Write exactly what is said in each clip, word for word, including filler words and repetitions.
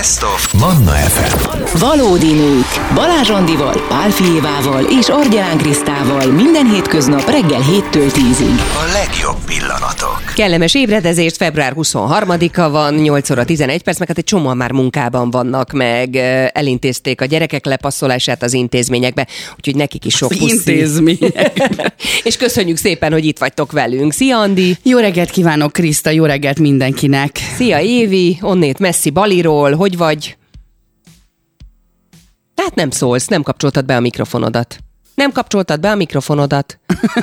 Best of Manna ef em. Valódi nők. Balázs Andival, Pál Fijévával és Argyán Krisztával minden hétköznap reggel héttől tízig. A legjobb pillanatok. Kellemes ébredezést, február huszonharmadika van, nyolc óra tizenegy perc, meg hát egy csomóan már munkában vannak, meg elintézték a gyerekek lepasszolását az intézményekbe, úgyhogy nekik is sok az puszi. Intézmények. És köszönjük szépen, hogy itt vagytok velünk. Szia, Andi! Jó reggelt kívánok, Kriszta, jó reggelt mindenkinek! Szia, Évi, onnét messzi Baliról, hogy vagy? Tehát nem szólsz, nem kapcsoltad be a mikrofonodat. Nem kapcsoltad be a mikrofonodat.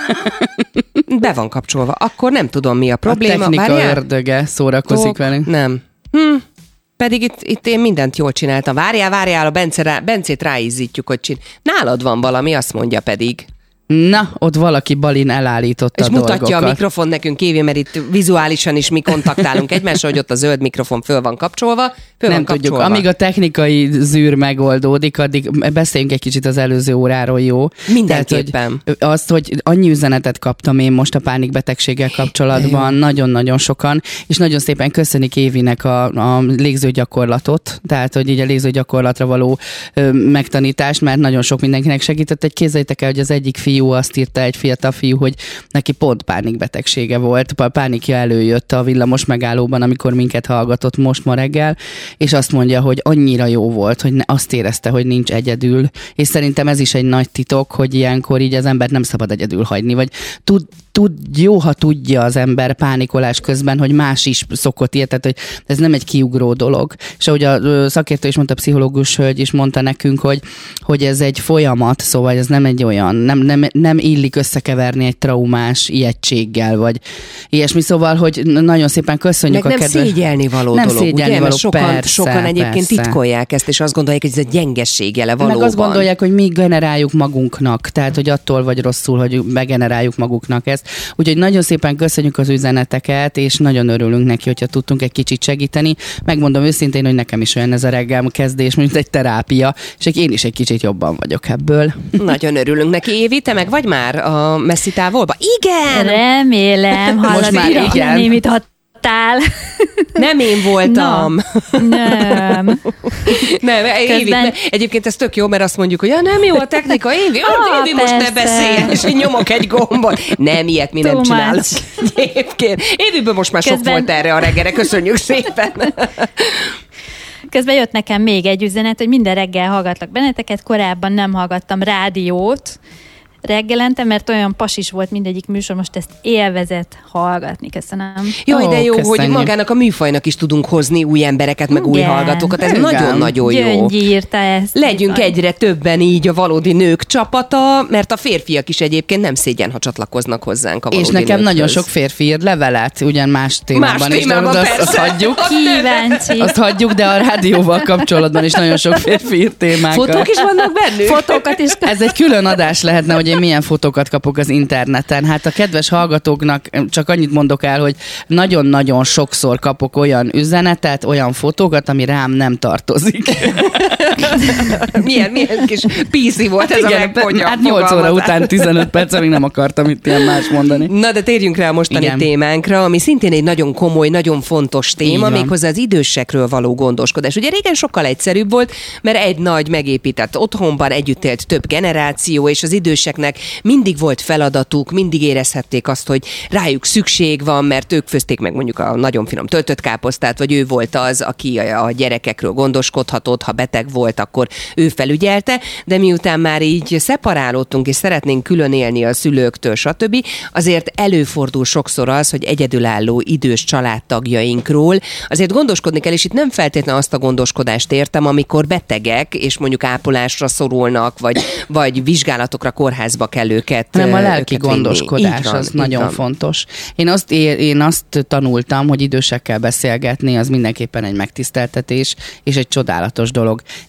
Be van kapcsolva. Akkor nem tudom, mi a probléma. A technika Várjál? ördöge szórakozik Tók, velünk. Nem. Hm. Pedig itt, itt én mindent jól csináltam. Várjál, várjál, a Bence rá, Bencét ráizzítjuk, hogy csin. Nálad van valami, azt mondja pedig. Na, ott valaki Balin elállította És a mutatja dolgokat. a mikrofon nekünk, Évi, mert itt vizuálisan is mi kontaktálunk egymással, hogy ott a zöld mikrofon föl van kapcsolva. Föl Nem van tudjuk. kapcsolva. Amíg a technikai zűr megoldódik, addig beszéljünk egy kicsit az előző óráról, jó? Mindenképpen. Tehát, hogy azt, hogy annyi üzenetet kaptam én most a pánikbetegséggel kapcsolatban, nagyon-nagyon sokan, és nagyon szépen köszönik Évinek a, a légzőgyakorlatot, tehát, hogy így a légzőgyakorlatra való ö, megtanítást, mert nagyon sok mindenkinek segített. Egy képzeljétek el, hogy az egyik fiú azt írta, egy fiatal fiú, hogy neki pont pánikbetegsége volt, a pánikja előjött a villamos megállóban, amikor minket hallgatott most ma reggel, és azt mondja, hogy annyira jó volt, hogy azt érezte, hogy nincs egyedül, és szerintem ez is egy nagy titok, hogy ilyenkor így az embert nem szabad egyedül hagyni, vagy tud, tud, jó, ha tudja az ember pánikolás közben, hogy más is szokott ilyet, tehát, hogy ez nem egy kiugró dolog. És ahogy a szakértő is mondta, a pszichológus hölgy is mondta nekünk, hogy, hogy ez egy folyamat, szóval ez nem egy olyan, nem, nem, nem illik összekeverni egy traumás ijegységgel, vagy ilyesmi, szóval, hogy nagyon szépen köszönjük meg a nem kedves... szégyelni való nem dolog, szégyelni ugye? való, Mert sokan, persze, sokan egyébként persze. titkolják ezt, és azt gondolják, hogy ez egy gyengeség jele valóban. Meg azt gondolják, hogy mi generáljuk magunknak, tehát, hogy attól vagy rosszul, hogy begeneráljuk maguknak ezt. Úgyhogy nagyon szépen köszönjük az üzeneteket, és nagyon örülünk neki, hogyha tudtunk egy kicsit segíteni. Megmondom őszintén, hogy nekem is olyan ez a reggel kezdés, mint egy terápia, és én is egy kicsit jobban vagyok ebből. Nagyon örülünk neki. Évi, te meg vagy már a messzi távolba? Igen! Remélem, hallani, már igen. igen. Némit adtál. Nem én voltam. No, nem. Nem, Évi, Közben- ne, egyébként ez tök jó, mert azt mondjuk, hogy ja, nem jó a technika, Évi, ah, Ah, Évi most ne persze. beszéljen, és én nyomok egy gombot. Nem, ilyet mi nem Too csinálunk. much. Egyébként. Éviből most már sok Közben- volt erre a reggelre, köszönjük szépen. Közben jött nekem még egy üzenet, hogy minden reggel hallgatlak benneteket, korábban nem hallgattam rádiót reggelente, mert olyan pasis volt mindegyik műsor, most ezt élvezett hallgatni. Köszönöm. Jaj, de Ó, jó, hogy köszönjük. magának a műfajnak is tudunk hozni új embereket, meg új Igen. hallgatókat. Ez Igen. nagyon-nagyon jó. Gyöngyi írta ezt. Legyünk bizony. egyre többen így a valódi nők csapata, mert a férfiak is egyébként nem szégyen, ha csatlakoznak hozzánk a valódi És nekem nőkhöz. nagyon sok férfi ír levelet, ugyan más témában Más is, témában, de azt, persze. azt hagyjuk. Kíváncsi. Azt hagyjuk, de a rádióval kapcsolatban is nagyon sok férfi ír témákat. Fotók is vannak bennük? Fotókat is. Ez egy külön adás lehetne, hogy én milyen fotókat kapok az interneten. Hát a kedves hallgatóknak csak annyit mondok el, hogy nagyon-nagyon sokszor kapok olyan üzenetet, olyan fotókat, ami rám nem tartozik. milyen, milyen kis píszi volt ez a megpogya. hát nyolc óra után tizenöt perc, még nem akartam itt ilyen más mondani. Na, de térjünk rá a mostani Igen. témánkra, ami szintén egy nagyon komoly, nagyon fontos téma, Így van. méghozzá az idősekről való gondoskodás. Ugye régen sokkal egyszerűbb volt, mert egy nagy megépített otthonban együtt élt több generáció, és az időseknek mindig volt feladatuk, mindig érezhették azt, hogy rájuk szükség van, mert ők főzték meg mondjuk a nagyon finom töltött káposztát, vagy ő volt az, aki a a gyerekekről gondoskodhatott, ha beteg volt, akkor ő felügyelte, de miután már így szeparálódtunk, és szeretnénk külön élni a szülőktől, stb., azért előfordul sokszor az, hogy egyedülálló idős családtagjainkról azért gondoskodni kell, és itt nem feltétlenül azt a gondoskodást értem, amikor betegek, és mondjuk ápolásra szorulnak, vagy, vagy vizsgálatokra, kórházba kell őket Nem, a lelki őket vinni. gondoskodás Így van, az így nagyon van. fontos. Én azt, én azt tanultam, hogy idősekkel beszélgetni, az mindenképpen egy megtiszteltetés, és egy csodálatos dolog.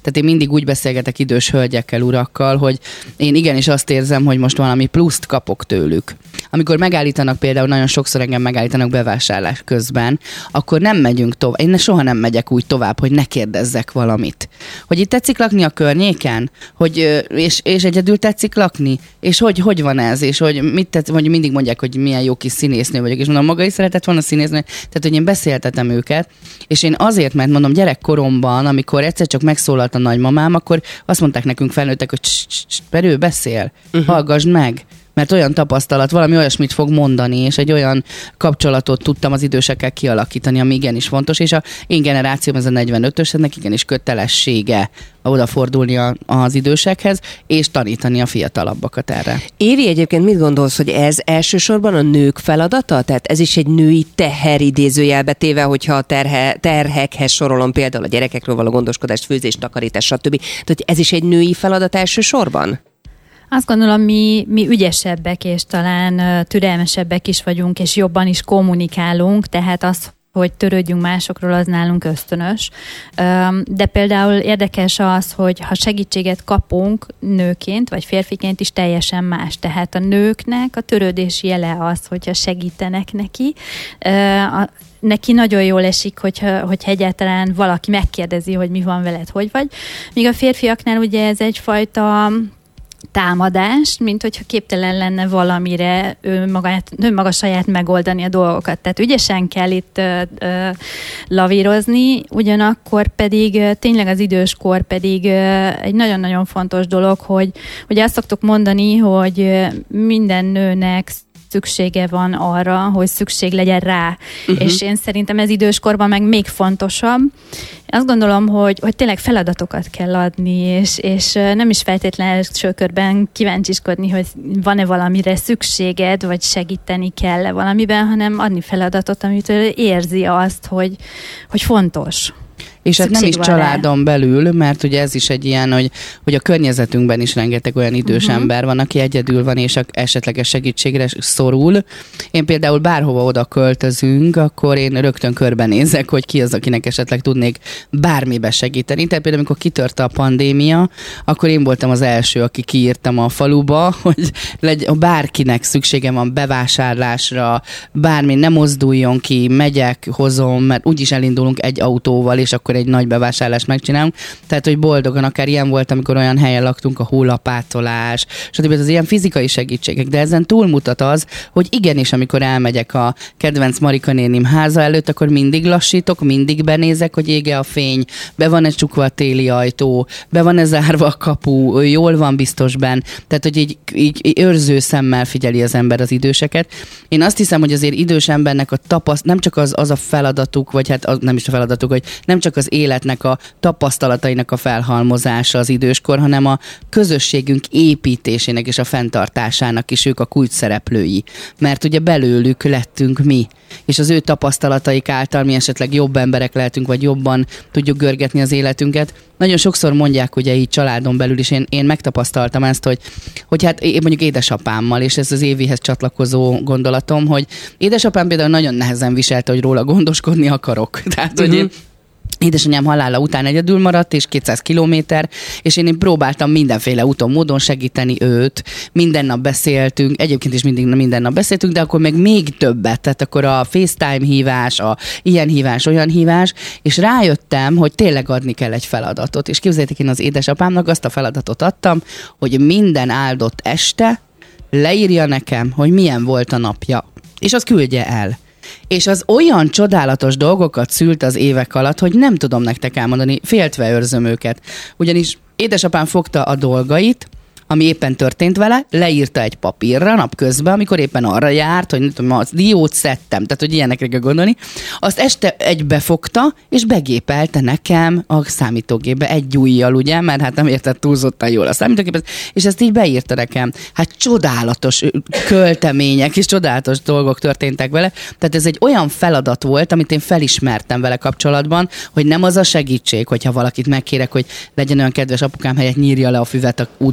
Tehát én mindig úgy beszélgetek idős hölgyekkel, urakkal, hogy én igenis azt érzem, hogy most valami pluszt kapok tőlük. Amikor megállítanak, például nagyon sokszor engem megállítanak bevásárlás közben, akkor nem megyünk tovább. Én soha nem megyek úgy tovább, hogy ne kérdezzek valamit. Hogy itt tetszik lakni a környéken? Hogy, és, és egyedül tetszik lakni? És hogy, hogy van ez? És hogy mit tetsz, vagy mindig mondják, hogy milyen jó kis színésznő vagyok. És mondom, maga is szeretett volna színésznő. Tehát, hogy én beszéltetem őket. És én azért, mert mondom, gyerekkoromban, amikor egyszer csak megszólalt a nagymamám, akkor azt mondták nekünk felnőttek, hogy Perő, beszél, uh-huh. hallgassd meg. Mert olyan tapasztalat, valami olyasmit fog mondani, és egy olyan kapcsolatot tudtam az idősekkel kialakítani, ami igenis fontos, és a én generációm, ez a negyvenötös, ennek igenis kötelessége odafordulni az idősekhez, és tanítani a fiatalabbakat erre. Évi, egyébként mit gondolsz, hogy ez elsősorban a nők feladata? Tehát ez is egy női teher idézőjelbe téve, hogyha a terhe, terhekhez sorolom például a gyerekekről való gondoskodást, főzést, takarítást, stb. Tehát ez is egy női feladat elsősorban? Azt gondolom, mi, mi ügyesebbek, és talán türelmesebbek is vagyunk, és jobban is kommunikálunk, tehát az, hogy törődjünk másokról, az nálunk ösztönös. De például érdekes az, hogy ha segítséget kapunk nőként, vagy férfiként is teljesen más. Tehát a nőknek a törődés jele az, hogyha segítenek neki. Neki nagyon jól esik, hogyha, hogyha egyáltalán valaki megkérdezi, hogy mi van veled, hogy vagy. Míg a férfiaknál ugye ez egyfajta támadást, mint hogyha képtelen lenne valamire ő maga, ő maga saját megoldani a dolgokat. Tehát ügyesen kell itt ö, ö, lavírozni, ugyanakkor pedig ö, tényleg az időskor pedig ö, egy nagyon-nagyon fontos dolog, hogy, hogy azt szoktuk mondani, hogy ö, minden nőnek szüksége van arra, hogy szükség legyen rá. Uh-huh. És én szerintem ez időskorban meg még fontosabb. Azt gondolom, hogy, hogy tényleg feladatokat kell adni, és, és nem is feltétlenül első körben kíváncsiskodni, hogy van-e valamire szükséged, vagy segíteni kell-e valamiben, hanem adni feladatot, amitől érzi azt, hogy, hogy fontos. És hát nem is családon rá. belül, mert ugye ez is egy ilyen, hogy, hogy a környezetünkben is rengeteg olyan idős uh-huh. ember van, aki egyedül van, és esetleges segítségre szorul. Én például bárhova oda költözünk, akkor én rögtön körbenézek, hogy ki az, akinek esetleg tudnék bármibe segíteni. Tehát például, amikor kitört a pandémia, akkor én voltam az első, aki kiírtam a faluba, hogy legy, bárkinek szükségem van bevásárlásra, bármi, ne mozduljon ki, megyek, hozom, mert úgyis elindulunk egy autóval, és akkor egy nagy bevásárlást megcsinálunk. Tehát, hogy boldogan, akár ilyen volt, amikor olyan helyen laktunk, a hólapátolás, stb. Az ilyen fizikai segítségek, de ezen túlmutat az, hogy igenis, amikor elmegyek a kedvenc Marika nénim háza előtt, akkor mindig lassítok, mindig benézek, hogy ége a fény, be van egy csukva a téli ajtó, be van-e zárva a kapu, jól van biztos benn. Tehát, hogy így, így őrző szemmel figyeli az ember az időseket. Én azt hiszem, hogy azért idős embernek a tapaszt, nem csak az, az a feladatuk, vagy hát az, nem is a feladatuk, hogy nem csak az életnek a tapasztalatainak a felhalmozása az időskor, hanem a közösségünk építésének és a fenntartásának is ők a kulcsszereplői. Mert ugye belőlük lettünk mi, és az ő tapasztalataik által mi esetleg jobb emberek lehetünk, vagy jobban tudjuk görgetni az életünket. Nagyon sokszor mondják ugye így családon belül is, én, én megtapasztaltam ezt, hogy, hogy hát én mondjuk édesapámmal, és ez az Évihez csatlakozó gondolatom, hogy édesapám például nagyon nehezen viselte, hogy róla gondoskodni akarok. Tehát, uh-huh. hogy én édesanyám halála után egyedül maradt, és kétszáz kilométer, és én, én próbáltam mindenféle úton, módon segíteni őt, minden nap beszéltünk, egyébként is mindig minden nap beszéltünk, de akkor meg még többet, tehát akkor a FaceTime hívás, a ilyen hívás, olyan hívás, és rájöttem, hogy tényleg adni kell egy feladatot, és képzeljétek, én az édesapámnak azt a feladatot adtam, hogy minden áldott este leírja nekem, hogy milyen volt a napja, és azt küldje el. És az olyan csodálatos dolgokat szült az évek alatt, hogy nem tudom nektek elmondani, féltve őrzöm őket. Ugyanis édesapám fogta a dolgait, ami éppen történt vele, leírta egy papírra napközben, amikor éppen arra járt, hogy nem tudom, az diót szedtem, tehát hogy ilyenekre kell gondolni. Azt este egybefogta, és begépelte nekem a számítógépbe egy ujjal, ugye, mert hát nem értett túlzottan jól a számítógépet, és ezt így beírta nekem. Hát csodálatos költemények és csodálatos dolgok történtek vele, tehát ez egy olyan feladat volt, amit én felismertem vele kapcsolatban, hogy nem az a segítség, hogyha valakit megkérek, hogy legyen olyan kedves apukám, helyett nyírja le a füvet a udvarba,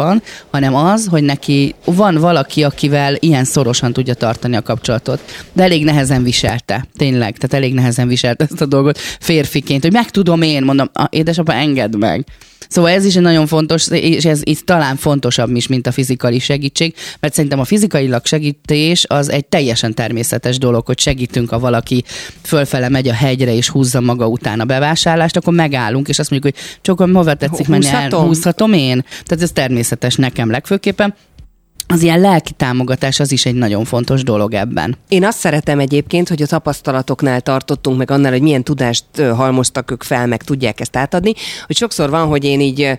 van, hanem az, hogy neki van valaki, akivel ilyen szorosan tudja tartani a kapcsolatot. De elég nehezen viselte, tényleg, tehát elég nehezen viselte ezt a dolgot férfiként, hogy meg tudom én, mondom, édesapa, engedd meg. Szóval ez is egy nagyon fontos, és ez itt talán fontosabb is, mint a fizikai segítség, mert szerintem a fizikailag segítés az egy teljesen természetes dolog, hogy segítünk, ha valaki fölfele megy a hegyre és húzza maga után a bevásárlást, akkor megállunk, és azt mondjuk, hogy csak hova tetszik menni el, húzhatom én? Tehát ez természetes nekem legfőképpen. Az ilyen lelki támogatás az is egy nagyon fontos dolog ebben. Én azt szeretem egyébként, hogy a tapasztalatoknál tartottunk meg annál, hogy milyen tudást halmoztak ők fel, meg tudják ezt átadni, hogy sokszor van, hogy én így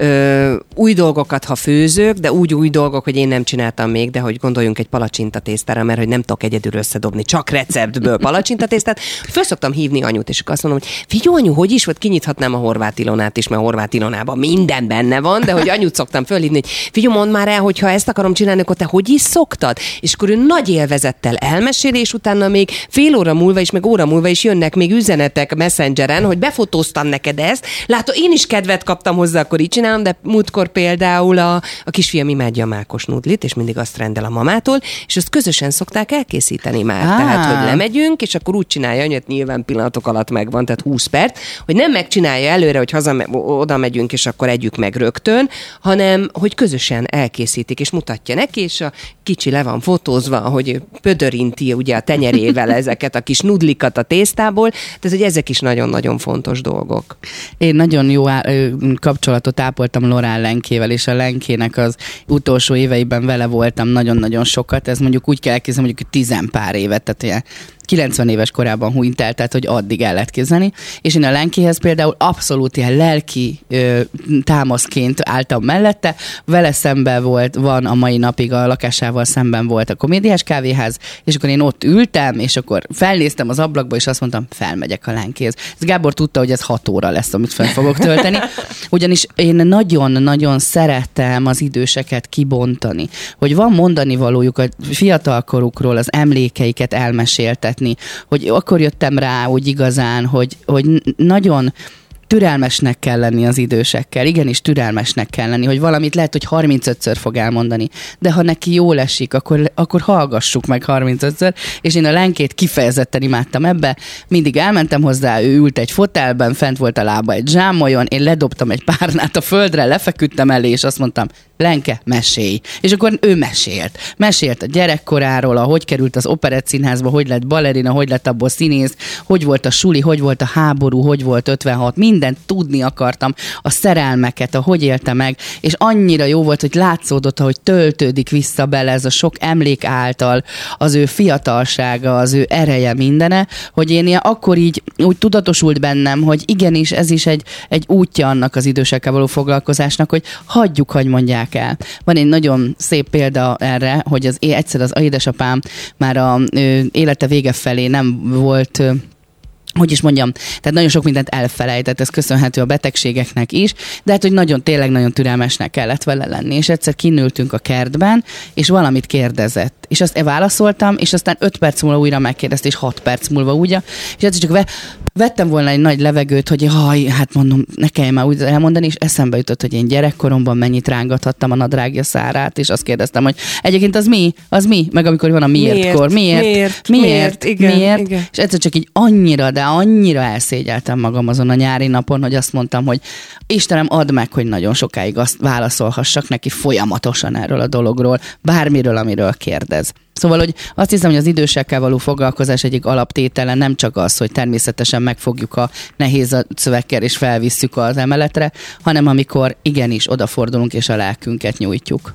ö, új dolgokat, ha főzök, de úgy új dolgok, hogy én nem csináltam még, de hogy gondoljunk egy palacsintatésztára, mert hogy nem tudok egyedül összedobni, csak receptből palacsintatésztát. Föl szoktam hívni anyut, és akkor azt mondom, hogy figyelj anyu, hogy is, vagy kinyithatnám a horvát Ilonát is, mert a horvát Ilonában minden benne van, de hogy anyut szoktam fölhívni, hogy figyelj, mondd már el, hogyha ezt akarom csinálni, akkor te hogy is szoktad? És akkor ő nagy élvezettel elmeséli, és utána még fél óra múlva is, meg óra múlva is jönnek még üzenetek Messengeren, hogy befotóztam neked ezt. Látod, én is kedvet kaptam hozzá, akkor így csinálom, de múltkor például a, a kisfiam imádja a mákos nudlit, és mindig azt rendel a mamától, és azt közösen szokták elkészíteni már. Ah. Tehát, hogy lemegyünk, és akkor úgy csinálja, hogy nyilván pillanatok alatt megvan, tehát húsz perc, hogy nem megcsinálja előre, hogy haza, oda megyünk, és akkor együk meg rögtön, hanem, hogy közösen elkészítik, és mutatja neki, és a kicsi le van fotózva, hogy pödörinti ugye a tenyerével ezeket a kis nudlikat a tésztából, tehát hogy ezek is nagyon-nagyon fontos dolgok. Én nagyon jó á- kapcsolatot ápoltam Lorán Lenkével, és a Lenkének az utolsó éveiben vele voltam nagyon-nagyon sokat, ez mondjuk úgy kell elképzelni, mondjuk tizen pár évet, tehát ilyen kilencven éves korában hunyt el, tehát hogy addig el lehet képzelni, és én a Lenkéhez például abszolút ilyen lelki ö, támaszként álltam mellette, vele szemben volt, van a mai napig a lakásával szemben volt a Komédiás Kávéház, és akkor én ott ültem, és akkor felnéztem az ablakba, és azt mondtam, felmegyek a Lenkéhez. Ez Gábor tudta, hogy ez hat óra lesz, amit fel fogok tölteni, ugyanis én nagyon-nagyon szeretem az időseket kibontani, hogy van mondani valójuk a fiatalkorukról, az emlékeiket elmeséltetni, hogy akkor jöttem rá, hogy igazán, hogy, hogy nagyon türelmesnek kell lenni az idősekkel, igenis türelmesnek kell lenni, hogy valamit lehet, hogy harmincötször fog elmondani, de ha neki jól esik, akkor, akkor hallgassuk meg harmincötször, és én a Lenkét kifejezetten imádtam ebbe, mindig elmentem hozzá, ő ült egy fotelben, fent volt a lába egy zsámolyon, én ledobtam egy párnát a földre, lefeküdtem elé, és azt mondtam, Lenke, mesélj. És akkor ő mesélt. Mesélt a gyerekkoráról, a hogy került az Operett Színházba, hogy lett balerina, hogy lett abból színész, hogy volt a suli, hogy volt a háború, hogy volt ötvenhat, mindent tudni akartam, a szerelmeket, a hogy élte meg, és annyira jó volt, hogy látszódott, hogy töltődik vissza bele ez a sok emlék által, az ő fiatalsága, az ő ereje, mindene, hogy én ilyen akkor így úgy tudatosult bennem, hogy igenis ez is egy, egy útja annak az idősekkel való foglalkozásnak, hogy hagyjuk, hogy mondják el. Van egy nagyon szép példa erre, hogy az egyszer az édesapám már a ö, élete vége felé nem volt ö, hogy is mondjam, tehát nagyon sok mindent elfelejtett, ez köszönhető a betegségeknek is, de hát, hogy nagyon, tényleg nagyon türelmesnek kellett vele lenni, és egyszer kinültünk a kertben, és valamit kérdezett, és azt válaszoltam, és aztán öt perc múlva újra megkérdezte, és hat perc múlva úgy, és egyszer csak ve- vettem volna egy nagy levegőt, hogy haj, hát mondom, ne kelljen már úgy elmondani, és eszembe jutott, hogy én gyerekkoromban mennyit rángathattam a nadrágja szárát, és azt kérdeztem, hogy egyébként az mi? Az mi? Meg amikor van a miértkor. Miért? Miért? Miért? Miért? Igen, miért? igen. És egyszer csak így annyira, de annyira elszégyeltem magam azon a nyári napon, hogy azt mondtam, hogy Istenem, add meg, hogy nagyon sokáig azt válaszolhassak neki folyamatosan erről a dologról, bármiről, amiről kérdez. Szóval, hogy azt hiszem, hogy az idősekkel való foglalkozás egyik alaptétele nem csak az, hogy természetesen megfogjuk a nehéz szövegkel és felvisszük az emeletre, hanem amikor igenis odafordulunk és a lelkünket nyújtjuk.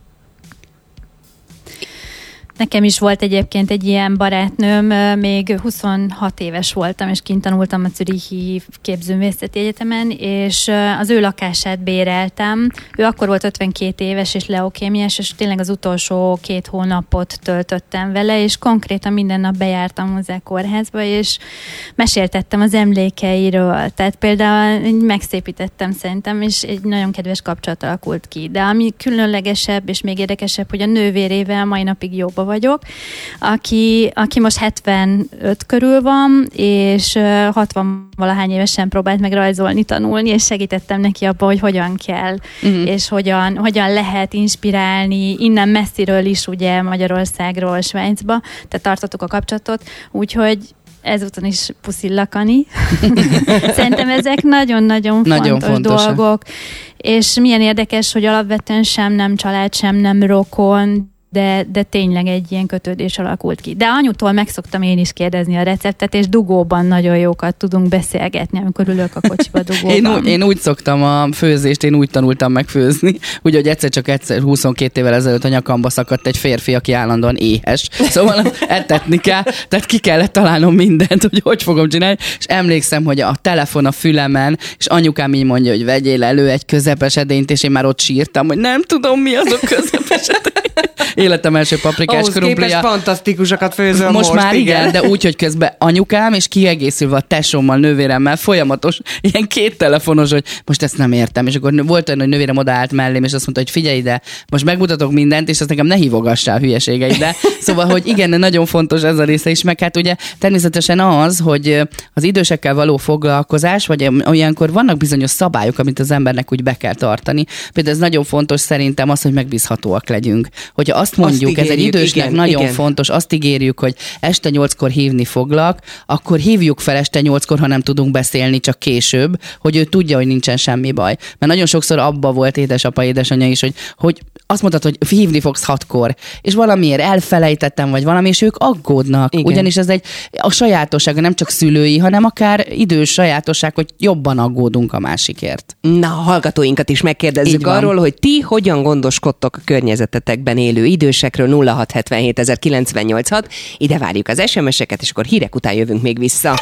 Nekem is volt egyébként egy ilyen barátnőm, még huszonhat éves voltam, és kint tanultam a Zürichi Képzőművészeti Egyetemen, és az ő lakását béreltem. Ő akkor volt ötvenkét éves, és leukémiás, és tényleg az utolsó két hónapot töltöttem vele, és konkrétan minden nap bejártam hozzá kórházba, és meséltettem az emlékeiről. Tehát például megszépítettem szerintem, és egy nagyon kedves kapcsolat alakult ki. De ami különlegesebb, és még érdekesebb, hogy a nővérével mai napig jóba vagyok, aki, aki most hetvenöt körül van, és hatvan valahány évesen próbált meg rajzolni, tanulni, és segítettem neki abba, hogy hogyan kell, uh-huh. és hogyan, hogyan lehet inspirálni, innen messziről is, ugye Magyarországról, Svájcba, tehát tartottuk a kapcsolatot, úgyhogy ezúton is puszillakani. Szerintem ezek nagyon-nagyon nagyon fontos fontosak. dolgok, és milyen érdekes, hogy alapvetően sem nem család, sem nem rokon, de, de tényleg egy ilyen kötődés alakult ki. De anyutól meg szoktam én is kérdezni a receptet, és dugóban nagyon jókat tudunk beszélgetni, amikor ülök a kocsiba dugóban. Én, úgy, én úgy szoktam a főzést, én úgy tanultam meg főzni, úgy, hogy egyszer csak egyszer huszonkét évvel ezelőtt a nyakamba szakadt egy férfi, aki állandóan éhes. Szóval ettetni kell, tehát ki kellett találnom mindent, hogy hogy fogom csinálni, és emlékszem, hogy a telefon a fülemen, és anyukám így mondja, hogy vegyél elő egy közepes edényt, és én már ott sírtam, hogy nem tudom, mi az a közepes edény. Életem első paprikás ahhoz krumplia. képest fantasztikusakat főzöl most. Most már igen, de úgy, hogy közben anyukám, és kiegészülve a tesómmal, nővéremmel folyamatos, ilyen két telefonos, hogy most ezt nem értem. És akkor volt olyan, hogy nővérem odaállt mellém, és azt mondta, hogy figyelj ide, most megmutatok mindent, és azt nekem ne hívogassál a hülyeségeidre. Szóval, hogy igen, nagyon fontos ez a része is, meg hát ugye természetesen az, hogy az idősekkel való foglalkozás, vagy olyankor vannak bizonyos szabályok, amit az embernek úgy be kell tartani. Például ez nagyon fontos szerintem az, hogy megbízhatóak legyünk. Hogyha azt mondjuk, azt ez egy idősnek igen, nagyon igen. fontos, azt ígérjük, hogy este nyolckor hívni foglak, akkor hívjuk fel este nyolckor, ha nem tudunk beszélni, csak később, hogy ő tudja, hogy nincsen semmi baj. Mert nagyon sokszor abba volt édesapa, édesanyja is, hogy, hogy azt mondtad, hogy hívni fogsz hatkor, és valamiért elfelejtettem, vagy valami, és ők aggódnak. Igen. Ugyanis ez egy a sajátosság, nem csak szülői, hanem akár idős sajátosság, hogy jobban aggódunk a másikért. Na, a hallgatóinkat is megkérdezzük arról, hogy ti hogyan gondoskodtok a környezetetekben élő idősekről. Nulla hat hetvenhét ezer kilencvennyolc hat. Ide várjuk az es em es-eket, és akkor hírek után jövünk még vissza.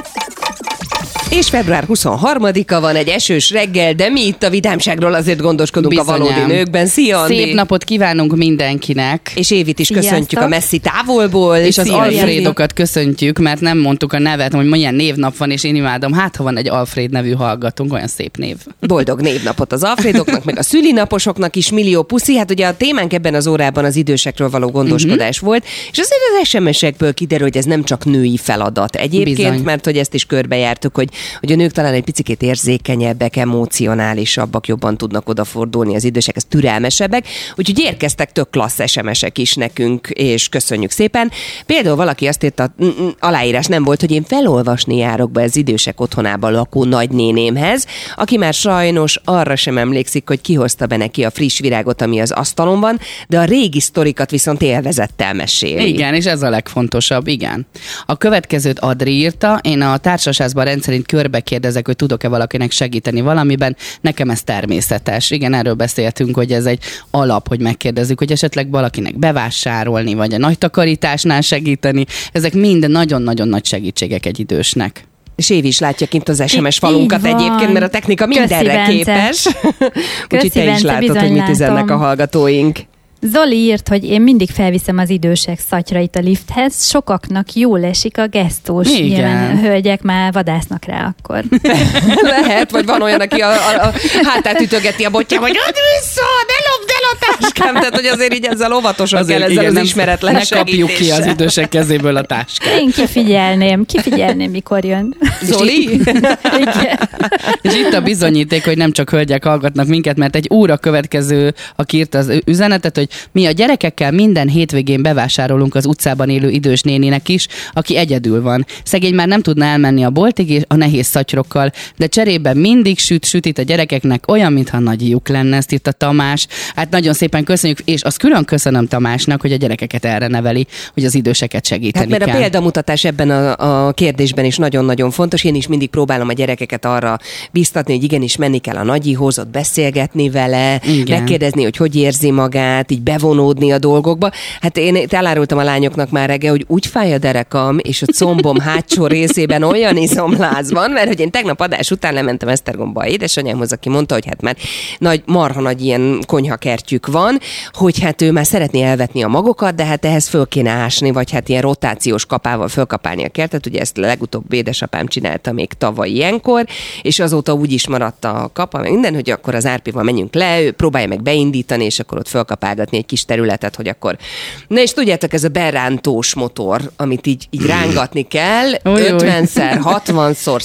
És február huszonharmadika van, egy esős reggel, de mi itt a vidámságról azért gondoskodunk bizonyám. A valódi nőkben. Szia, Andi! Szép napot kívánunk mindenkinek! És Évit is köszöntjük Sziasztok. A messzi távolból. És az Alfredokat köszöntjük, mert nem mondtuk a nevet, hogy milyen névnap van, és én imádom. Hát, ha van egy Alfred nevű hallgatónk, olyan szép név. Boldog névnapot az Alfredoknak, meg a szülinaposoknak is millió puszi. Hát ugye a témánk ebben az órában az idősekről való gondoskodás uh-huh. volt, és azért az es em es-ekből kiderül, hogy ez nem csak női feladat egyébként, bizony. Mert hogy ezt is körbejártuk, hogy hogy a nők talán egy picit érzékenyebbek, emocionálisabbak, jobban tudnak odafordulni az idősek, ez türelmesebbek. Úgyhogy érkeztek tök klassz es em es-ek is nekünk, és köszönjük szépen. Például valaki azt írta, aláírás nem volt, hogy én felolvasni járok be az idősek otthonában lakó nagynénémhez, aki már sajnos arra sem emlékszik, hogy kihozta be neki a friss virágot, ami az asztalon van, de a régi sztorikat viszont élvezettel meséli. Igen, és ez a legfontosabb, igen. A következőt Adri írta, én a társasházban rendszerint körbe kérdezek, hogy tudok-e valakinek segíteni valamiben. Nekem ez természetes. Igen, erről beszéltünk, hogy ez egy alap, hogy megkérdezzük, hogy esetleg valakinek bevásárolni, vagy a nagy takarításnál segíteni. Ezek mind nagyon-nagyon nagy segítségek egy idősnek. És Évi is látja kint az es em es falunkat egyébként, mert a technika mindenre Köszi, képes. Úgyhogy te is Bence, látod, hogy mit üzennek a hallgatóink. Zoli írt, hogy én mindig felviszem az idősek szatyrait a lifthez, sokaknak jól esik a gesztus. Igen. Nyilván hölgyek már vadásznak rá akkor. Lehet, vagy van olyan, aki a, a, a hátát ütögeti a botja, hogy add vissza, ne lopd el a táskám. Tehát, hogy azért így ezzel óvatosan azért kell, ezzel igen, az ismeretlen ne kapjuk ki az idősek kezéből a táskát. Én kifigyelném, kifigyelném, mikor jön. Zoli? Igen. És itt a bizonyíték, hogy nem csak hölgyek hallgatnak minket, mert egy óra következő, aki írta az üzenetet, hogy mi a gyerekekkel minden hétvégén bevásárolunk az utcában élő idős néninek is, aki egyedül van. Szegény már nem tudna elmenni a boltig és a nehéz szatyrokkal, de cserében mindig süt, sütít a gyerekeknek, olyan, mintha nagyjuk lenne, ezt itt a Tamás. Hát nagyon szépen köszönjük, és azt külön köszönöm Tamásnak, hogy a gyerekeket erre neveli, hogy az időseket segíteni hát, mert kell. a példamutatás ebben a, a kérdésben is nagyon-nagyon fontos. Én is mindig próbálom a gyerekeket arra biztatni, hogy igenis menni kell a nagyihoz, ott beszélgetni vele, igen. megkérdezni, hogy hogy érzi magát, így bevonódni a dolgokba. Hát én elárultam a lányoknak már reggel, hogy úgy fáj a derekam, és a combom hátsó részében olyan izomláz van, mert hogy én tegnap adás után lementem Esztergomba édesanyámhoz, aki mondta, hogy hát már nagy, marha nagy ilyen konyhakertjük van, hogy hát ő már szeretné elvetni a magokat, de hát ehhez föl kéne ásni, vagy hát ilyen rotációs kapával fölkapálni a kertet. Ugye ezt legutóbb édesapám csinálta még tavaly ilyenkor, és azóta úgy is maradt a kapa, minden, hogy akkor az Árpival menjünk le, ő próbálja meg beindítani, és akkor ott fölkapálgat megvezetni egy kis területet, hogy akkor... Na és tudjátok, ez a berántós motor, amit így, így rángatni kell, ötvenszer, hatvanszor,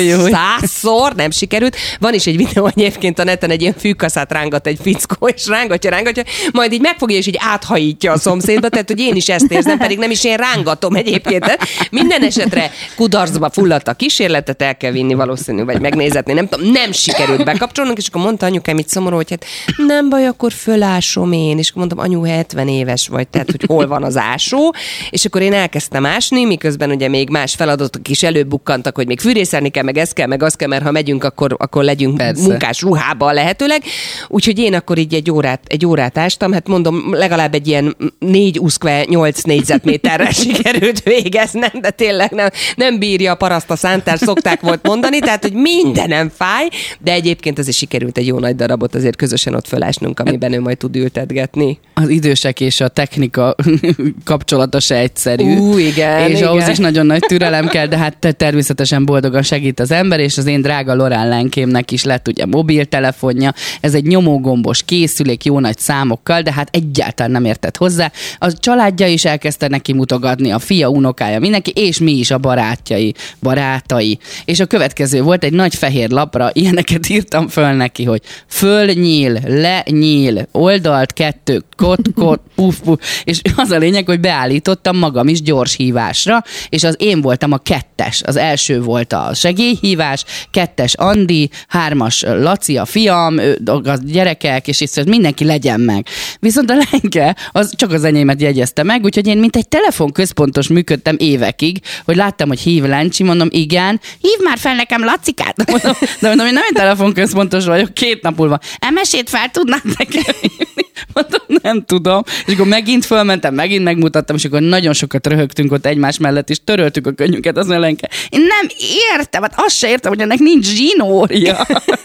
százszor, nem sikerült. Van is egy videó egyébként a neten, egy ilyen fűkaszát rángat egy fickó, és rángatja, rángatja, majd így megfogja, és így áthajítja a szomszédba, tehát hogy én is ezt érzem, pedig nem is én rángatom egyébként. Minden esetre kudarcba fulladt a kísérletet, el kell vinni valószínű, vagy megnézetni, nem tudom, nem sikerült bekapcsolnunk, és akkor mondta anyukám így szomorú, hogy hát nem baj, akkor fölásom én, és akkor mondtam, anyu, hetven éves vagy, tehát hogy hol van az ásó, és akkor én elkezdtem ásni, miközben ugye még más feladatok is előbukkantak, hogy még fűrészelni kell, meg ez kell, meg az kell, mert ha megyünk, akkor, akkor legyünk Persze. munkás ruhában lehetőleg. Úgyhogy én akkor így egy órát, egy órát ástam, hát mondom, legalább egy ilyen négy uszkve nyolc négyzetméterre sikerült végeznem, de tényleg nem, nem bírja a paraszt a szántást, szokták volt mondani, tehát hogy mindenem fáj, de egyébként azért sikerült egy jó nagy darabot azért közösen ott fölásnunk, amiben ő majd tud ültetgetni. Az idősek és a technika kapcsolata se egyszerű. Ú, igen, és igen. ahhoz is nagyon nagy türelem kell, de hát természetesen boldogan segít az ember, és az én drága Lorán lenkémnek is lett ugye mobiltelefonja. Ez egy nyomógombos készülék, jó nagy számokkal, de hát egyáltalán nem értett hozzá. A családja is elkezdte neki mutogatni, a fia, unokája, mindenki, és mi is a barátjai, barátai. És a következő volt, egy nagy fehér lapra ilyeneket írtam föl neki, hogy fölnyíl, lenyíl, oldalt kettő, kot, kot, puf, puf, és az a lényeg, hogy beállítottam magam is gyors hívásra, és az én voltam a kettes. Az első volt a segélyhívás, kettes Andi, hármas Laci, a fiam, a gyerekek, és így mindenki legyen meg. Viszont a lenke, az csak az enyémet jegyezte meg, úgyhogy én mint egy telefonközpontos működtem évekig, hogy láttam, hogy hív Lencsi, mondom, igen, hív már fel nekem Lacikát. Mondom, de mondom, én nem egy telefonközpontos vagyok, két nap múlva. Emesét fel tudnád nekem hívni? Mondom, nem tudom. És akkor megint fölmentem, megint megmutattam, és akkor nagyon sokat röhögtünk ott egymás mellett, és töröltük a könnyünket az Lenke. Én nem értem, hát azt se értem, hogy ennek nincs zsinórja.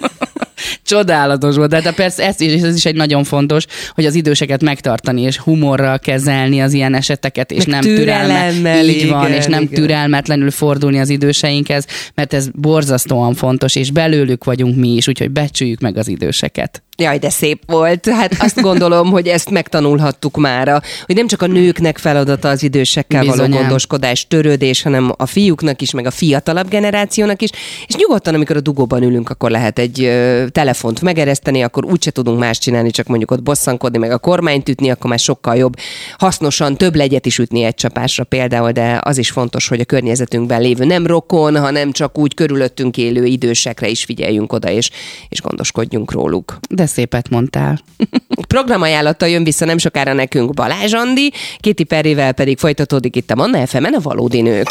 Csodálatos volt, de persze ez is, ez is egy nagyon fontos, hogy az időseket megtartani, és humorral kezelni az ilyen eseteket, és meg nem türelemmel, így van, igen, és nem igen. türelmetlenül fordulni az időseinkhez, mert ez borzasztóan fontos, és belőlük vagyunk mi is, úgyhogy becsüljük meg az időseket. Jaj, de szép volt. Hát azt gondolom, hogy ezt megtanulhattuk mára, hogy nem csak a nőknek feladata az idősekkel Bizonyám. való gondoskodás, törődés, hanem a fiúknak is, meg a fiatalabb generációnak is, és nyugodtan, amikor a dugóban ülünk, akkor lehet egy ö, telefont megereszteni, akkor úgyse tudunk más csinálni, csak mondjuk ott bosszankodni, meg a kormányt ütni, akkor már sokkal jobb hasznosan több legyet is ütni egy csapásra például, de az is fontos, hogy a környezetünkben lévő nem rokon, hanem csak úgy körülöttünk élő idősekre is figyeljünk oda, és, és gondoskodjunk róluk. De szépet mondtál. Programajánlattal jön vissza nem sokára nekünk Balázs Andi, Kéti Perrivel pedig folytatódik itt a Manna ef emen a Valódi Nők.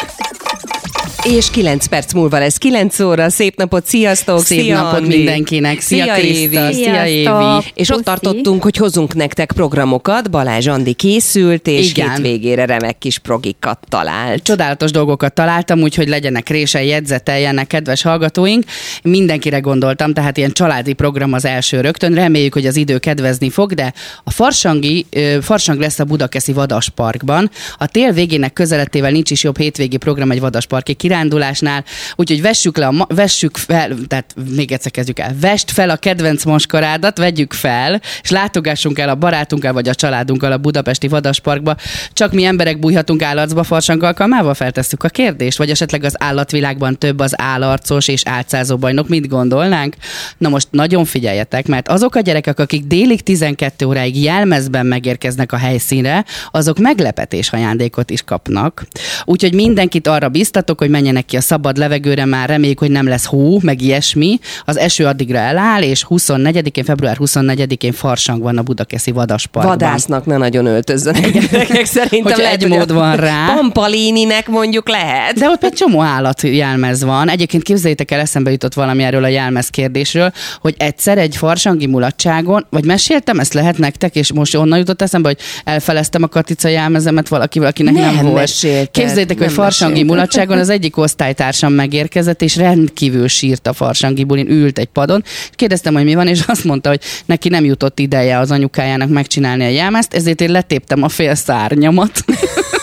És kilenc perc múlva lesz kilenc óra. Szép napot, sziasztok! Szép szia, napot Andi. mindenkinek! Szia, Szia, Kriszta! Évi. Szia, Évi! És ott Puszi. tartottunk, hogy hozunk nektek programokat. Balázs Andi készült, és Igen. hétvégére remek kis progikat talált. Csodálatos dolgokat találtam, úgyhogy legyenek rései, jegyzeteljenek, kedves hallgatóink. Mindenkire gondoltam, tehát ilyen családi program az első rögtön. Reméljük, hogy az idő kedvezni fog, de a farsangi, farsang lesz a Budakeszi Vadasparkban. A tél végének közelettével nincs is jobb hétvégi program egy vadasparki kirándulásnál, úgyhogy vessük le, a, vessük fel, tehát még egyszer kezdjük el, vest fel a kedvenc maskarádat, vegyük fel, és látogassunk el a barátunkkal vagy a családunkkal a budapesti Vadasparkba. Csak mi emberek bújhatunk állarcba farsang alkalmával? Feltesszük a kérdést, vagy esetleg az állatvilágban több az állarcos és álcázó bajnok, mit gondolnánk? Na most nagyon figyeljetek, mert azok a gyerekek, akik délig tizenkét óráig jelmezben megérkeznek a helyszínre, azok meglepetés ajándékot is kapnak. Úgyhogy mindenkit arra biztatok, hogy menjenek ki a szabad levegőre, már reméljük, hogy nem lesz hó, meg ilyesmi. Az eső addigra eláll, és huszonnegyedikén, február huszonnegyedikén farsang van a Budakeszi Vadasparkban. Vadásznak ne nagyon öltözzenek gyerekek, szerintem Hogyha lehet, egy hogy mód a van rá. Pampalininek mondjuk lehet. De ott egy csomó állatjelmez van. Egyébként képzeljétek el, eszembe jutott valami erről a jelmez kérdésről, hogy egyszer egy farsangi mulatságon, vagy meséltem, ezt lehet nektek, és most onnan jutott eszembe, hogy elfeleztem a Katica jelmezemet valakivel, akinek nem, Nem volt. mesélted, Képzeljétek, nem hogy farsangi mesélted. mulatságon az egyik osztálytársam megérkezett, és rendkívül sírt a farsangi bulin, ült egy padon, és kérdeztem, hogy mi van, és azt mondta, hogy neki nem jutott ideje az anyukájának megcsinálni a jelmezt, ezért én letéptem a fél szárnyamat.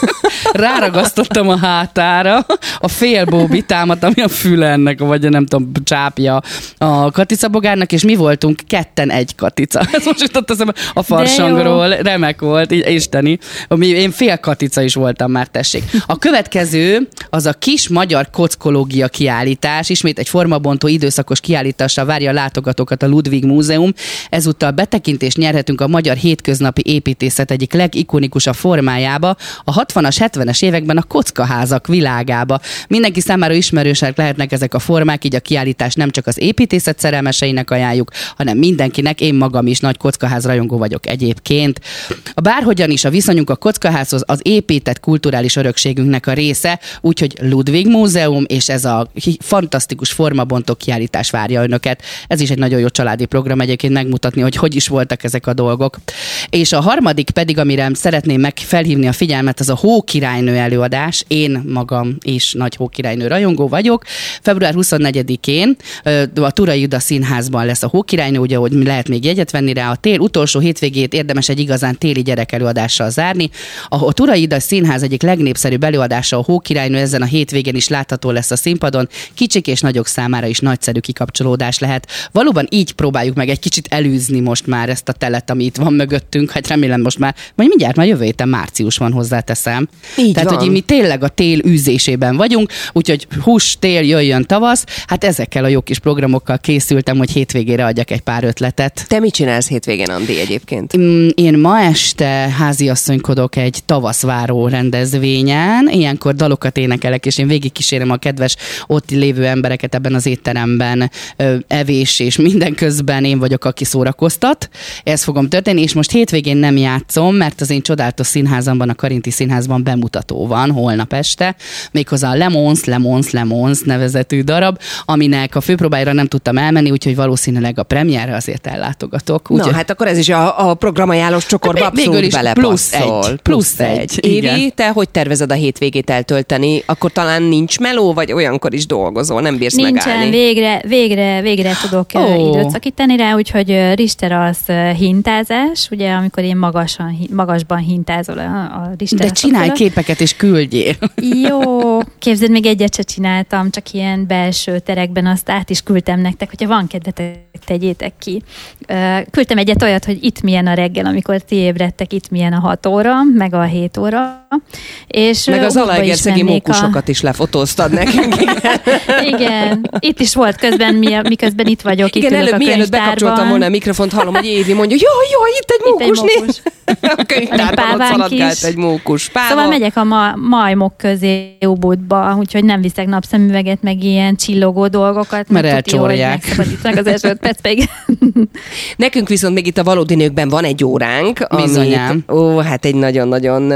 Ráragasztottam a hátára a félbóbitámat, ami a füle ennek, vagy nem tudom, csápja a katicabogárnak, és mi voltunk ketten egy katica. Ez most jutott eszembe a farsangról, remek volt, így isteni. Én fél katica is voltam már, tessék. A következő az a kis magyar kockológia kiállítás, ismét egy formabontó időszakos kiállítással várja a látogatókat a Ludwig Múzeum. Ezúttal betekintést nyerhetünk a magyar hétköznapi építészet egyik legikonikusabb formájába, a hatvanas, hetvenes években a kockaházak világába. Mindenki számára ismerősek lehetnek ezek a formák, így a kiállítás nem csak az építészet szerelmeseinek ajánljuk, hanem mindenkinek. Én magam is nagy kockaház rajongó vagyok egyébként. A bárhogyan is a viszonyunk a kockaházhoz az épített kulturális örökségünknek a része, úgyhogy Ludwig Múzeum és ez a fantasztikus formabontó kiállítás várja önöket. Ez is egy nagyon jó családi program egyébként megmutatni, hogy hogy is voltak ezek a dolgok. És a harmadik pedig, amire szeretném meg felhívni a figyelmet, az a Hókirálynő előadás. Én magam is nagy Hókirálynő rajongó vagyok. február huszonnegyedikén a Turai Juda Színházban lesz a Hókirálynő, ugye, hogy lehet még jegyet venni rá. A tél utolsó hétvégét érdemes egy igazán téli gyerekelőadással zárni. A Turai Juda Színház egyik legnépszerűbb előadása a Hókirálynő, ezen a hétvégén is látható lesz a színpadon. Kicsik és nagyok számára is nagyszerű kikapcsolódás lehet. Valóban így próbáljuk meg egy kicsit elűzni most már ezt a telet, ami itt van mögöttünk. Hát remélem most már, majd mindjárt már jövő héten március van, hozzáteszem. Így Tehát, van. hogy mi tényleg a tél űzésében vagyunk, úgyhogy hús, tél, jöjjön tavasz. Hát ezekkel a jó kis programokkal készültem, hogy hétvégére adjak egy pár ötletet. Te mit csinálsz hétvégén, Andi, egyébként? Én ma este háziasszonykodok egy tavaszváró rendezvényen, ilyenkor dalokat énekelek, és én végigkísérem a kedves ott lévő embereket ebben az étteremben, evés és minden közben én vagyok, aki szórakoztat. Ez fogom történni, és most hétvégén nem játszom, mert az én csodálatos színházamban, a Karinti Színházban bemutató van holnap este, méghozzá a Lemons, Lemons, Lemons nevezetű darab, aminek a főpróbájára nem tudtam elmenni, úgyhogy valószínűleg a premierre azért ellátogatok. Úgy, Na, hát akkor ez is a, a programajánlós csokorba abszolút belepasszol. Plusz egy. Plusz egy. Évi, te hogy tervezed a hétvégét eltölteni? Akkor talán nincs meló, vagy olyankor is dolgozol, nem bírsz Nincsen, megállni? végre, végre, végre tudok Ó. oh. időt szakítani rá, úgyhogy Richter az hintázás, ugye, amikor én magasan, magasban hintázol a, a Richter. De csinálj képeket és küldjél. Jó, képzeld, még egyet se csináltam, csak ilyen belső terekben, azt át is küldtem nektek, hogyha van kedvetek, tegyétek ki. Küldtem egyet olyat, hogy itt milyen a reggel, amikor ti ébredtek, itt milyen a hat óra, meg a hét óra. És meg az Zalaegerszegi mókusokat a... is lefotóztad nekünk. Igen, itt is volt közben, miközben itt vagyok, igen, itt ülök előbb, a mielőtt bekapcsoltam volna a mikrofont, hallom, hogy Évi mondja, jaj, jaj, itt egy mókus, itt egy mókus. A könyvtárban ott szaladgált egy mókus. Páva. Szóval megyek a ma- majmok közé Ubudba, úgyhogy nem viszek napszemüveget, meg ilyen csillogó dolgokat. Mert elcsórják. Megszabadítanak az első öt percben. Nekünk viszont még itt a Valódi Nőkben van egy óránk, Bizonyám. amit, ó, hát egy nagyon-nagyon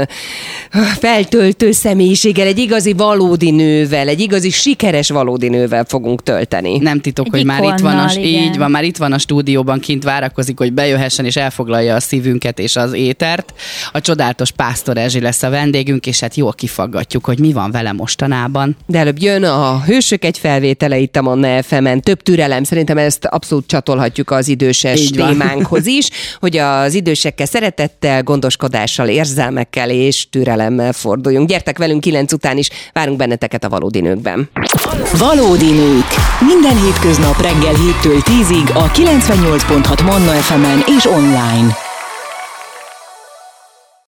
feltöltő személyiséggel, egy igazi valódi nővel, egy igazi sikeres valódi nővel fogunk tölteni. Nem titok, Egy hogy már itt van, a, ikonnal, igen. így van, már itt van a stúdióban, kint várakozik, hogy bejöhessen és elfoglalja a szívünket és az étert. A csodálatos Pásztor Erzsi lesz a vendégünk, és hát jól kifaggatjuk, hogy mi van vele mostanában. De előbb jön a Hősök egy felvétele itt a Manna ef emen. Több türelem, szerintem ezt abszolút csatolhatjuk az időses Így van. témánkhoz is, hogy az idősekkel szeretettel, gondoskodással, érzelmekkel és türelemmel forduljunk. Gyertek velünk kilenc után is, várunk benneteket a Valódi Nőkben. Valódi nők. Minden hétköznap reggel héttől tízig a kilencvennyolc pont hat Manna ef emen és online.